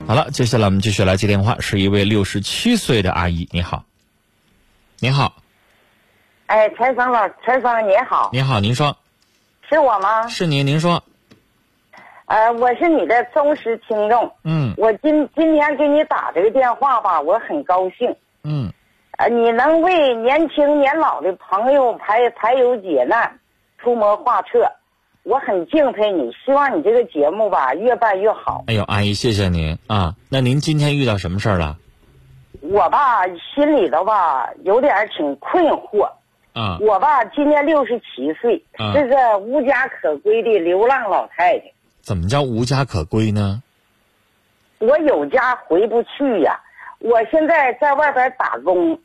好了，接下来我们继续来接电话，是一位67岁的阿姨。你好。你好。 哎，陈峰你好。 你好，您说。 是我吗？ 是您说。 我是你的忠实听众。我今天给你打这个电话吧，我很高兴。你能为年轻年老的朋友排忧解难，出谋划策，我很敬佩你，希望你这个节目吧越办越好。 哎呦，阿姨，谢谢您啊。那您今天遇到什么事儿了？ 我吧心里头吧有点挺困惑。我吧今年67岁，是个无家可归的流浪老太太。 怎么叫无家可归呢？ 我有家回不去呀。我现在在外边打工。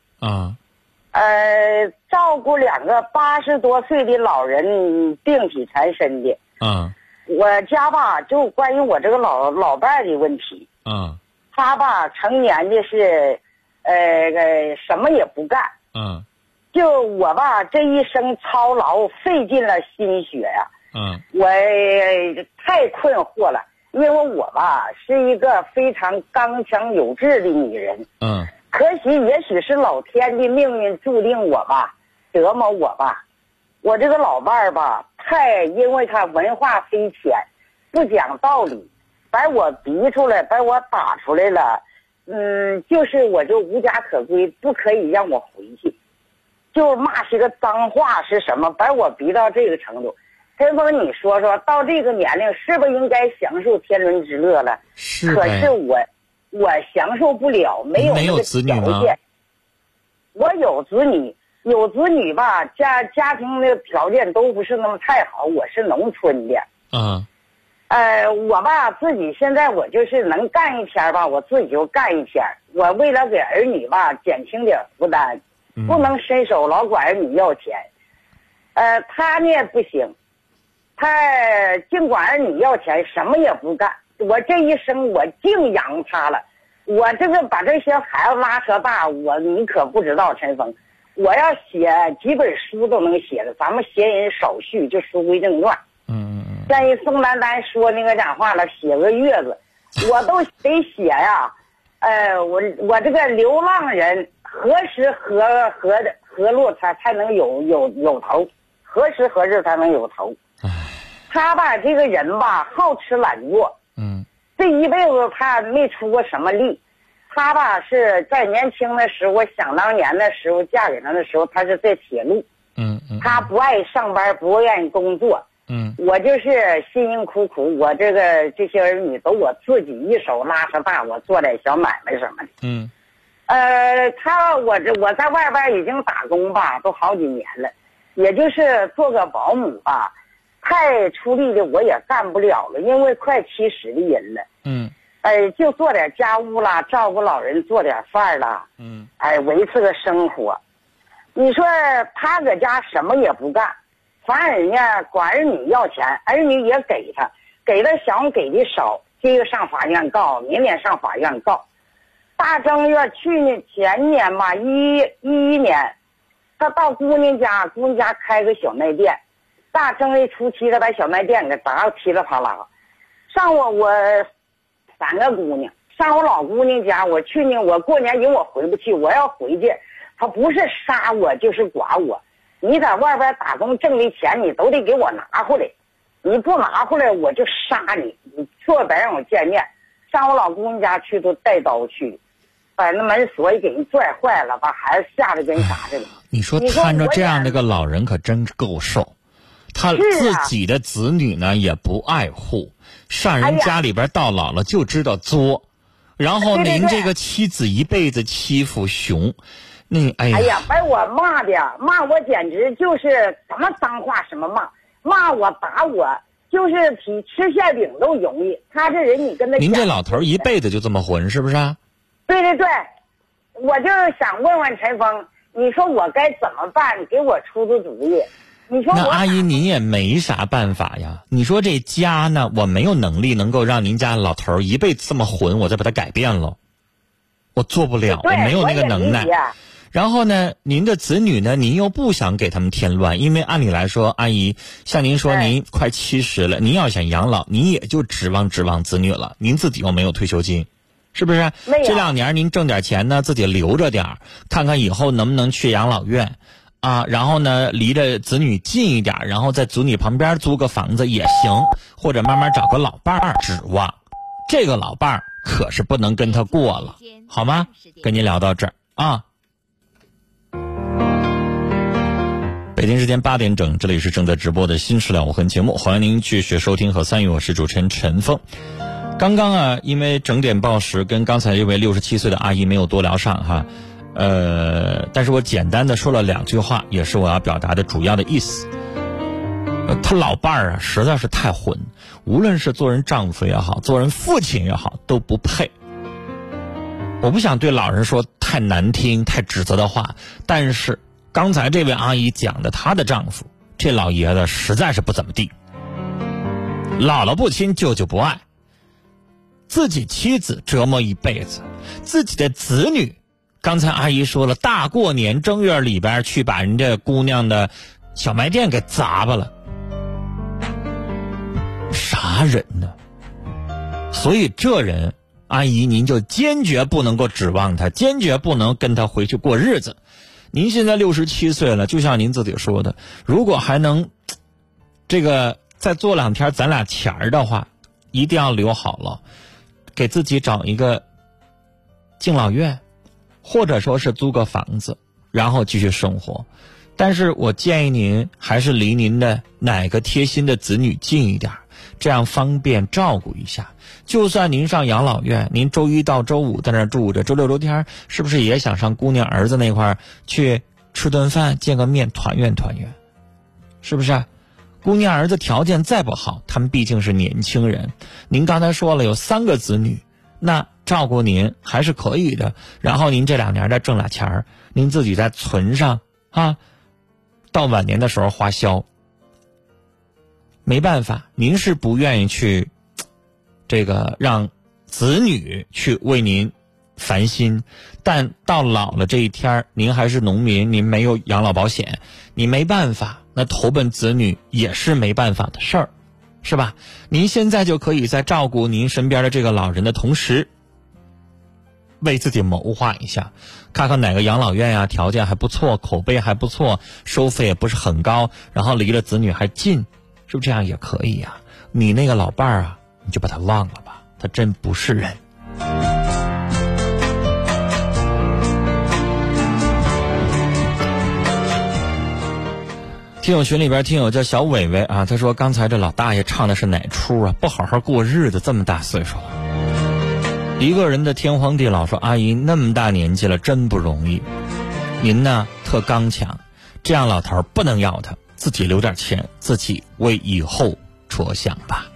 照顾2个80多岁的老人，病体缠身的。我家吧就关于我这个老伴儿的问题。他吧成年的是什么也不干。就我吧这一生操劳费尽了心血呀。我太困惑了，因为我吧是一个非常刚强有志的女人。可惜也许是老天的命运注定我吧折磨我吧。我这个老伴儿吧因为他文化非浅，不讲道理，把我逼出来，把我打出来了。就是我就无家可归，不可以让我回去，就骂是个脏话是什么，把我逼到这个程度。陈峰，你说说到这个年龄是不是应该享受天伦之乐了？ 是。 可是我享受不了，没有子女吗？ 我有子女吧，家庭的条件都不是那么太好，我是农村的。我吧自己现在我就是能干一天吧，我自己就干一天。我为了给儿女吧减轻点负担，不能伸手老管儿女要钱。他呢不行，他净管儿女要钱，什么也不干。我这一生我净养他了，我这个把这些孩子拉扯大，你可不知道，陈峰，我要写几本书都能写的，咱们闲人少叙，就书归正传。像一宋丹丹说那个讲话了，写个月子，我都得写呀。我这个流浪人何时何路才能有头？何时何日才能有头？他吧这个人吧好吃懒做。这一辈子他没出过什么力。他吧是在年轻的时候，想当年的时候嫁给他的时候，他是在铁路。他不爱上班，不愿意工作。我就是辛辛苦苦，我这些儿女都我自己一手拉扯大，我做点小买卖什么的。我在外边已经打工吧，都好几年了，也就是做个保姆吧，太出力的我也干不了了，因为快70的人了。就做点家务啦，照顾老人，做点饭啦。维持个生活。你说他搁家什么也不干，反而呢管儿女要钱，儿女也给他想给的少，这个上法院告，明年上法院告。大正月前年吧，11年，他到姑娘家开个小卖店，大正月初7他把小卖店给砸得噼里啪啦。上我3个姑娘，上我老姑娘家，我去年我过年因为我回不去，我要回去，他不是杀我就是剐我。你在外边打工挣的钱你都得给我拿回来，你不拿回来我就杀你，你说别让我见面。上我老姑娘家去都带刀去，把那门锁也给人拽坏了，把孩子吓得跟啥似的。 你说看着这样的个老人可真够受，他自己的子女呢也不爱护，上人家里边到老了就知道作，然后您这个妻子一辈子欺负熊。哎呀， 把我骂我简直就是什么脏话什么骂我打我，就是比吃馅饼都容易。他这人你跟他您这老头一辈子就这么混是不是啊？ 对，我就是想问问陈峰，你说我该怎么办？你给我出主意。你说那阿姨您也没啥办法呀。你说这家呢，我没有能力能够让您家老头一辈子这么混，我再把它改变了，我做不了，我没有那个能耐。然后呢，您的子女呢，您又不想给他们添乱，因为按理来说，阿姨像您说您快70了，您要想养老，您也就指望子女了，您自己又没有退休金， 是不是？这2年您挣点钱呢，自己留着点儿，看看以后能不能去养老院啊。然后呢，离着子女近一点，然后在子女旁边租个房子也行，或者慢慢找个老伴儿。指望这个老伴儿可是不能跟他过了，好吗？跟您聊到这儿啊。北京时间8点整，这里是正在直播的新事了无痕节目，欢迎您继续收听和参与，我是主持人陈峰。刚刚啊，因为整点报时跟刚才这位67岁的阿姨没有多聊上哈，但是我简单的说了2句话，也是我要表达的主要的意思。他老伴儿啊实在是太混，无论是做人丈夫也好，做人父亲也好，都不配。我不想对老人说太难听、太指责的话，但是刚才这位阿姨讲的她的丈夫，这老爷子实在是不怎么地，姥姥不亲，舅舅不爱，自己妻子折磨一辈子，自己的子女，刚才阿姨说了，大过年正月里边去把人家姑娘的小卖店给砸巴了，啥人呢？所以这人阿姨您就坚决不能够指望他，坚决不能跟他回去过日子。您现在67岁了，就像您自己说的，如果还能这个再做2天攒俩钱儿的话，一定要留好了，给自己找一个敬老院，或者说是租个房子，然后继续生活。但是我建议您还是离您的哪个贴心的子女近一点，这样方便照顾一下。就算您上养老院，您周一到周五在那儿住着，周六周天是不是也想上姑娘儿子那块儿去吃顿饭，见个面，团圆团圆？是不是？姑娘儿子条件再不好，他们毕竟是年轻人。您刚才说了有3个子女，那照顾您还是可以的。然后您这2年再挣俩钱儿，您自己再存上啊，到晚年的时候花销。没办法，您是不愿意去这个让子女去为您烦心，但到老了这一天，您还是农民，您没有养老保险，你没办法，那投奔子女也是没办法的事儿，是吧？您现在就可以在照顾您身边的这个老人的同时，为自己谋划一下，看看哪个养老院呀条件还不错，口碑还不错，收费也不是很高，然后离了子女还近，是不是这样也可以呀？你那个老伴儿啊，你就把他忘了吧，他真不是人。听友群里边听友叫小伟伟啊，他说刚才这老大爷唱的是哪出啊？不好好过日子，这么大岁数了，一个人的天荒地老。说阿姨那么大年纪了，真不容易，您呢特刚强，这样老头不能要他，自己留点钱，自己为以后着想吧。